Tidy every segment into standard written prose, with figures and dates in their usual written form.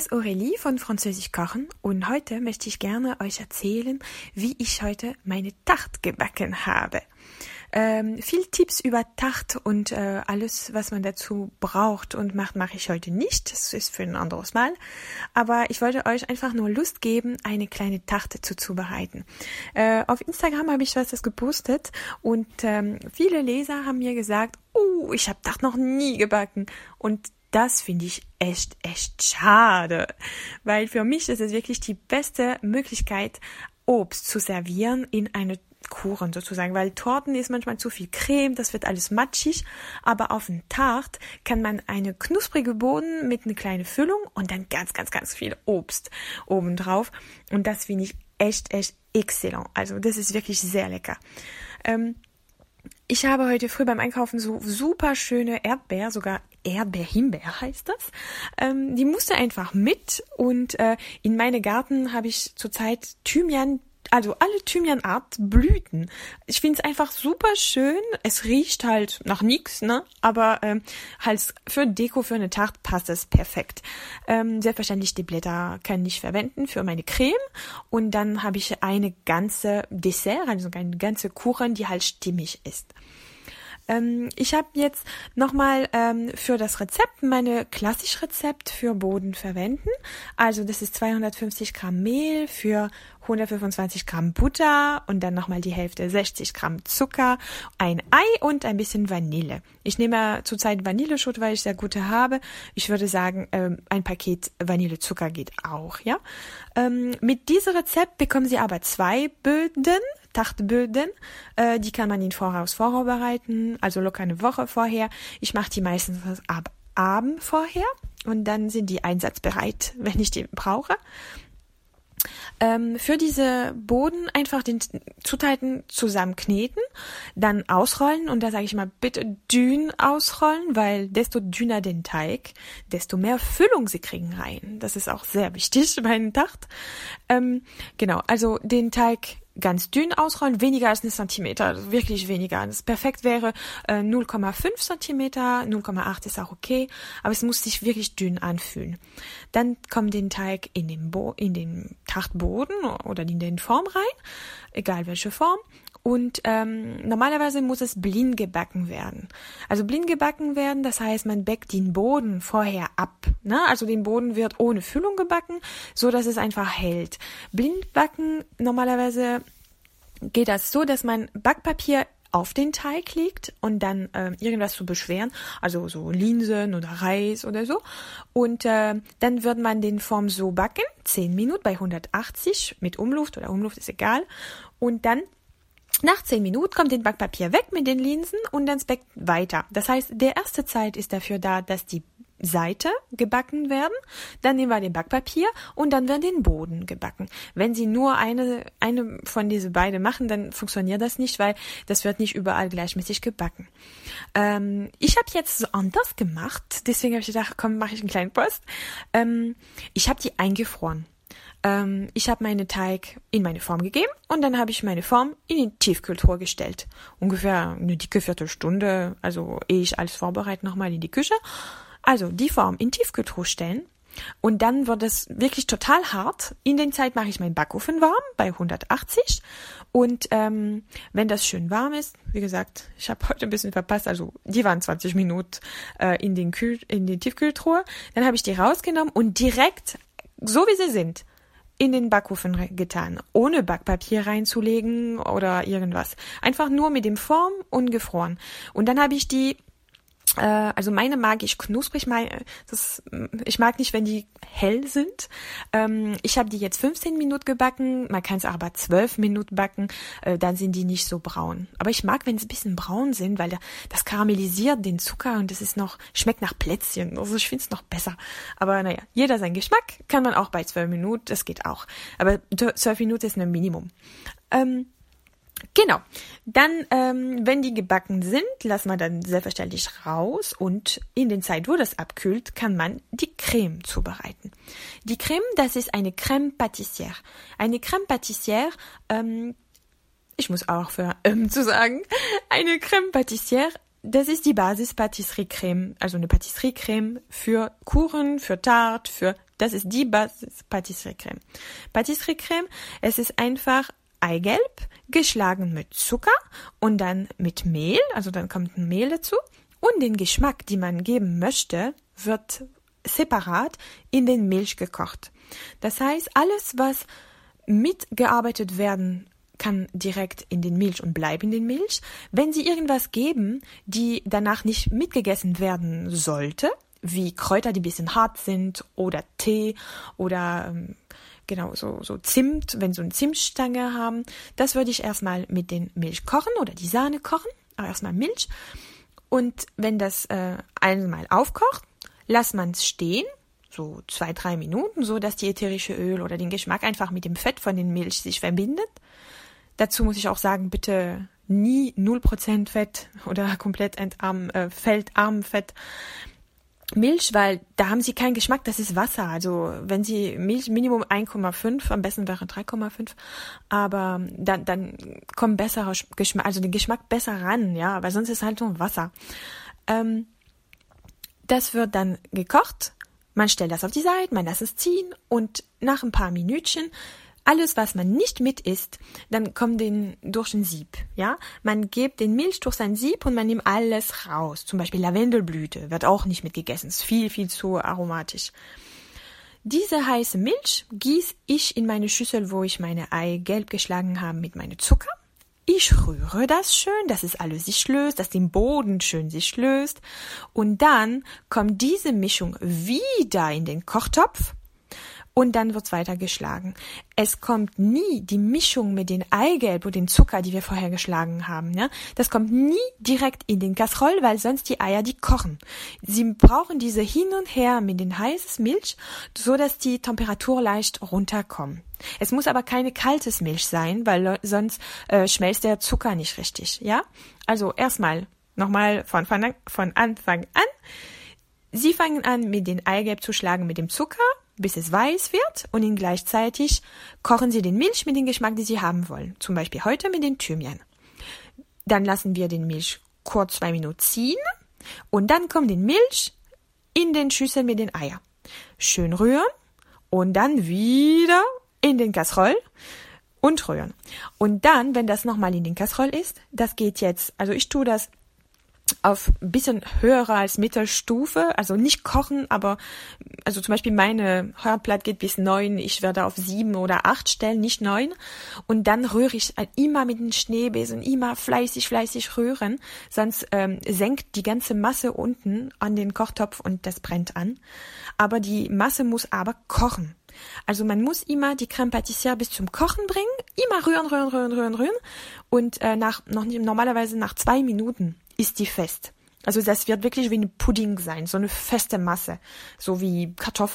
ist Aurélie von Französisch Kochen und heute möchte ich gerne euch erzählen, wie ich heute meine Tarte gebacken habe. Viel Tipps über Tarte und alles, was man dazu braucht und mache ich heute nicht. Das ist für ein anderes Mal. Aber ich wollte euch einfach nur Lust geben, eine kleine Tarte zuzubereiten. Auf Instagram habe ich das gepostet und viele Leser haben mir gesagt, ich habe Tarte noch nie gebacken. Und das finde ich echt schade, weil für mich ist es wirklich die beste Möglichkeit, Obst zu servieren in eine Kuchen sozusagen, weil Torten ist manchmal zu viel Creme, das wird alles matschig, aber auf einen Tart kann man eine knusprige Boden mit einer kleinen Füllung und dann ganz viel Obst obendrauf und das finde ich echt exzellent. Also das ist wirklich sehr lecker. Ich habe heute früh beim Einkaufen so super schöne Erdbeer, sogar Erdbeer-Himbeer heißt das. Die musste einfach mit und in meinem Garten habe ich zurzeit Thymian, also alle Thymianart Blüten. Ich finde es einfach super schön. Es riecht halt nach nichts, ne? Aber halt für Deko, für eine Tarte passt es perfekt. Selbstverständlich die Blätter kann ich verwenden für meine Creme. Und dann habe ich eine ganze Dessert, also eine ganze Kuchen, die halt stimmig ist. Ich habe jetzt nochmal für das Rezept meine klassische Rezept für Boden verwenden. Also das ist 250 Gramm Mehl für 125 Gramm Butter und dann nochmal die Hälfte 60 Gramm Zucker, ein Ei und ein bisschen Vanille. Ich nehme zurzeit Vanilleschote, weil ich sehr gute habe. Ich würde sagen, ein Paket Vanillezucker geht auch, ja. Mit diesem Rezept bekommen Sie aber 2 Böden. Tarteböden, die kann man in Voraus vorbereiten, also locker eine Woche vorher. Ich mache die meistens ab Abend vorher und dann sind die einsatzbereit, wenn ich die brauche. Für diese Boden einfach den Zutaten zusammenkneten, dann ausrollen und da sage ich mal bitte dünn ausrollen, weil desto dünner den Teig, desto mehr Füllung sie kriegen rein. Das ist auch sehr wichtig bei einem Tarte. Genau, also den Teig ganz dünn ausrollen, weniger als 1 Zentimeter, also wirklich weniger. Das perfekt wäre 0,5 Zentimeter, 0,8 ist auch okay, aber es muss sich wirklich dünn anfühlen. Dann kommt den Teig in den Tartboden oder in den Form rein, egal welche Form. Und normalerweise muss es blind gebacken werden. Also blind gebacken werden, das heißt, man backt den Boden vorher ab. Ne? Also den Boden wird ohne Füllung gebacken, so dass es einfach hält. Blind backen, normalerweise geht das so, dass man Backpapier auf den Teig legt und dann irgendwas zu beschweren, also so Linsen oder Reis oder so. Und dann wird man den Form so backen, 10 Minuten bei 180 mit Umluft oder Umluft ist egal. Und dann nach 10 Minuten kommt den Backpapier weg mit den Linsen und dann backt weiter. Das heißt, der erste Zeit ist dafür da, dass die Seite gebacken werden, dann nehmen wir den Backpapier und dann wird den Boden gebacken. Wenn Sie nur eine von diese beiden machen, dann funktioniert das nicht, weil das wird nicht überall gleichmäßig gebacken. Ich habe jetzt so anders gemacht, deswegen habe ich gedacht, komm, mache ich einen kleinen Post. Ich habe die eingefroren. Ich habe meinen Teig in meine Form gegeben und dann habe ich meine Form in die Tiefkühltruhe gestellt. Ungefähr eine dicke Viertelstunde, also ehe ich alles vorbereite, nochmal in die Küche. Also die Form in Tiefkühltruhe stellen und dann wird es wirklich total hart. In der Zeit mache ich meinen Backofen warm bei 180 und wenn das schön warm ist, wie gesagt, ich habe heute ein bisschen verpasst, also die waren 20 Minuten in die Tiefkühltruhe, dann habe ich die rausgenommen und direkt, so wie sie sind, in den Backofen getan, ohne Backpapier reinzulegen oder irgendwas. Einfach nur mit dem Form und gefroren. Und dann habe ich die, also meine mag ich knusprig, ich mag nicht, wenn die hell sind. Ich habe die jetzt 15 Minuten gebacken, man kann es aber 12 Minuten backen, dann sind die nicht so braun. Aber ich mag, wenn sie ein bisschen braun sind, weil das karamellisiert den Zucker und das ist schmeckt nach Plätzchen. Also ich finde es noch besser. Aber naja, jeder sein Geschmack, kann man auch bei 12 Minuten, das geht auch. Aber 12 Minuten ist ein Minimum. Genau, dann, wenn die gebacken sind, lassen wir dann selbstverständlich raus und in der Zeit, wo das abkühlt, kann man die Creme zubereiten. Die Creme, das ist eine Crème pâtissière. Eine Crème pâtissière, ich muss auch für zu sagen, eine Crème pâtissière, das ist die Basis Patisserie-Creme, also eine Patisserie-Creme für Kuchen, für Tarte, für Das ist die Basis Patisserie-Creme. Patisserie-Creme, es ist einfach Eigelb, geschlagen mit Zucker und dann mit Mehl, also dann kommt ein Mehl dazu. Und den Geschmack, den man geben möchte, wird separat in den Milch gekocht. Das heißt, alles, was mitgearbeitet werden kann, direkt in den Milch und bleibt in den Milch. Wenn Sie irgendwas geben, die danach nicht mitgegessen werden sollte, wie Kräuter, die ein bisschen hart sind oder Tee oder so Zimt, wenn Sie eine Zimtstange haben, das würde ich erstmal mit den Milch kochen oder die Sahne kochen, aber erstmal Milch. Und wenn das einmal aufkocht, lässt man es stehen, so 2-3 Minuten, so dass die ätherische Öl oder den Geschmack einfach mit dem Fett von den Milch sich verbindet. Dazu muss ich auch sagen, bitte nie 0% Fett oder komplett feldarm Fett. Milch, weil da haben Sie keinen Geschmack, das ist Wasser. Also wenn Sie Milch Minimum 1,5, am besten wäre 3,5, aber dann kommt besserer Geschmack, also den Geschmack besser ran, ja, weil sonst ist halt nur Wasser. Das wird dann gekocht, man stellt das auf die Seite, man lässt es ziehen und nach ein paar Minütchen alles, was man nicht mit isst, dann kommt durch ein Sieb, ja. Man gibt den Milch durch sein Sieb und man nimmt alles raus. Zum Beispiel Lavendelblüte wird auch nicht mitgegessen, ist viel, viel zu aromatisch. Diese heiße Milch gieße ich in meine Schüssel, wo ich meine Eigelb geschlagen habe, mit meinem Zucker. Ich rühre das schön, dass es alles sich löst, dass den Boden schön sich löst. Und dann kommt diese Mischung wieder in den Kochtopf. Und dann wird's weiter geschlagen. Es kommt nie die Mischung mit den Eigelb und den Zucker, die wir vorher geschlagen haben. Ja? Das kommt nie direkt in den Kasserole, weil sonst die Eier, die kochen. Sie brauchen diese hin und her mit den heißen Milch, so dass die Temperatur leicht runterkommt. Es muss aber keine kaltes Milch sein, weil sonst schmelzt der Zucker nicht richtig. Ja? Also erstmal nochmal von Anfang an. Sie fangen an, mit den Eigelb zu schlagen mit dem Zucker, bis es weiß wird und ihn gleichzeitig kochen Sie den Milch mit dem Geschmack, den Sie haben wollen. Zum Beispiel heute mit den Thymian. Dann lassen wir den Milch kurz 2 Minuten ziehen und dann kommt den Milch in den Schüssel mit den Eiern. Schön rühren und dann wieder in den Kasserole und rühren. Und dann, wenn das nochmal in den Kasserole ist, das geht jetzt, also ich tue das auf ein bisschen höherer als Mittelstufe, also nicht kochen, aber also zum Beispiel meine Herdplatte geht bis 9, ich werde auf 7 oder 8 stellen, nicht 9 und dann rühre ich immer mit dem Schneebesen, immer fleißig rühren, sonst senkt die ganze Masse unten an den Kochtopf und das brennt an, aber die Masse muss aber kochen. Also man muss immer die Crème Pâtissière bis zum Kochen bringen, immer rühren und normalerweise nach 2 Minuten ist die fest. Also das wird wirklich wie ein Pudding sein, so eine feste Masse, so wie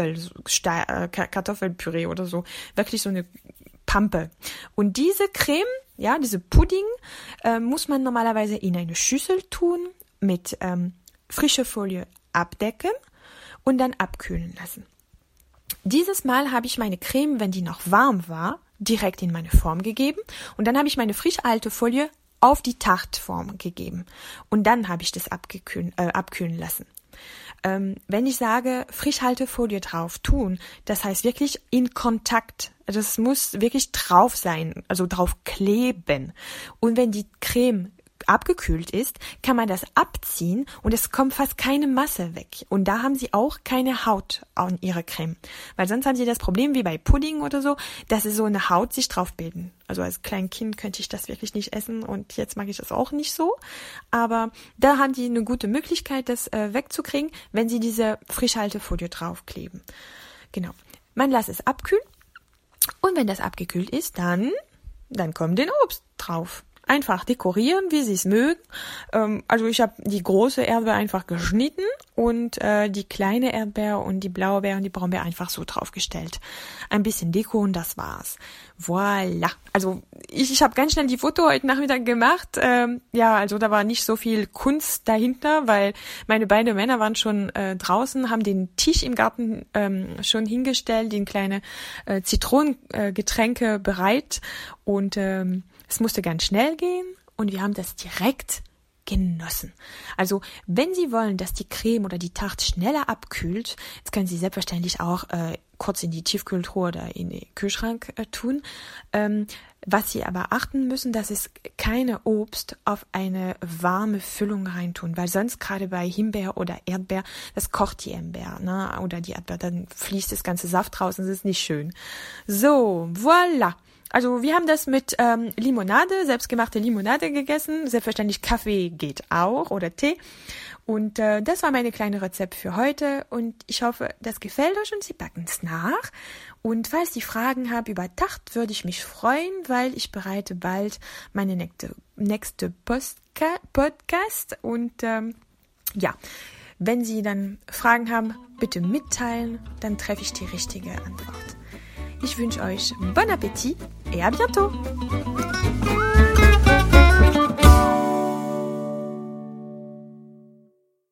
Kartoffelpüree oder so, wirklich so eine Pampe. Und diese Creme, ja, diese Pudding, muss man normalerweise in eine Schüssel tun, mit frischer Folie abdecken und dann abkühlen lassen. Dieses Mal habe ich meine Creme, wenn die noch warm war, direkt in meine Form gegeben und dann habe ich meine frisch alte Folie auf die Tartform gegeben und dann habe ich das abkühlen lassen. Wenn ich sage, Frischhaltefolie drauf tun, das heißt wirklich in Kontakt. Also es muss wirklich drauf sein, also drauf kleben. Und wenn die Creme abgekühlt ist, kann man das abziehen und es kommt fast keine Masse weg. Und da haben Sie auch keine Haut an Ihrer Creme. Weil sonst haben Sie das Problem wie bei Pudding oder so, dass so eine Haut sich drauf bilden. Also als Kleinkind könnte ich das wirklich nicht essen und jetzt mag ich das auch nicht so. Aber da haben Sie eine gute Möglichkeit, das wegzukriegen, wenn Sie diese Frischhaltefolie draufkleben. Genau. Man lässt es abkühlen und wenn das abgekühlt ist, dann kommt den Obst drauf. Einfach dekorieren, wie Sie es mögen. Also ich habe die große Erdbeer einfach geschnitten und die kleine Erdbeer und die Blaubeer und die Brombeer einfach so draufgestellt. Ein bisschen Deko und das war's. Voilà. Also ich habe ganz schnell die Foto heute Nachmittag gemacht. Ja, also da war nicht so viel Kunst dahinter, weil meine beiden Männer waren schon draußen, haben den Tisch im Garten schon hingestellt, den kleine Zitronengetränke bereit und es musste ganz schnell gehen und wir haben das direkt genossen. Also, wenn Sie wollen, dass die Creme oder die Tarte schneller abkühlt, jetzt können Sie selbstverständlich auch kurz in die Tiefkühltruhe oder in den Kühlschrank tun. Was Sie aber achten müssen, dass es keine Obst auf eine warme Füllung reintun, weil sonst gerade bei Himbeer oder Erdbeer, das kocht die Himbeer, ne? Oder die Erdbeer, dann fließt das ganze Saft raus und es ist nicht schön. So, voilà. Also wir haben das mit Limonade, selbstgemachte Limonade gegessen. Selbstverständlich Kaffee geht auch oder Tee. Und das war meine kleine Rezept für heute. Und ich hoffe, das gefällt euch und Sie backen es nach. Und falls ihr Fragen habt über Tarte, würde ich mich freuen, weil ich bereite bald meine nächste Podcast. Und ja, wenn Sie dann Fragen haben, bitte mitteilen, dann treffe ich die richtige Antwort. Ich wünsche euch bon appétit et à bientôt!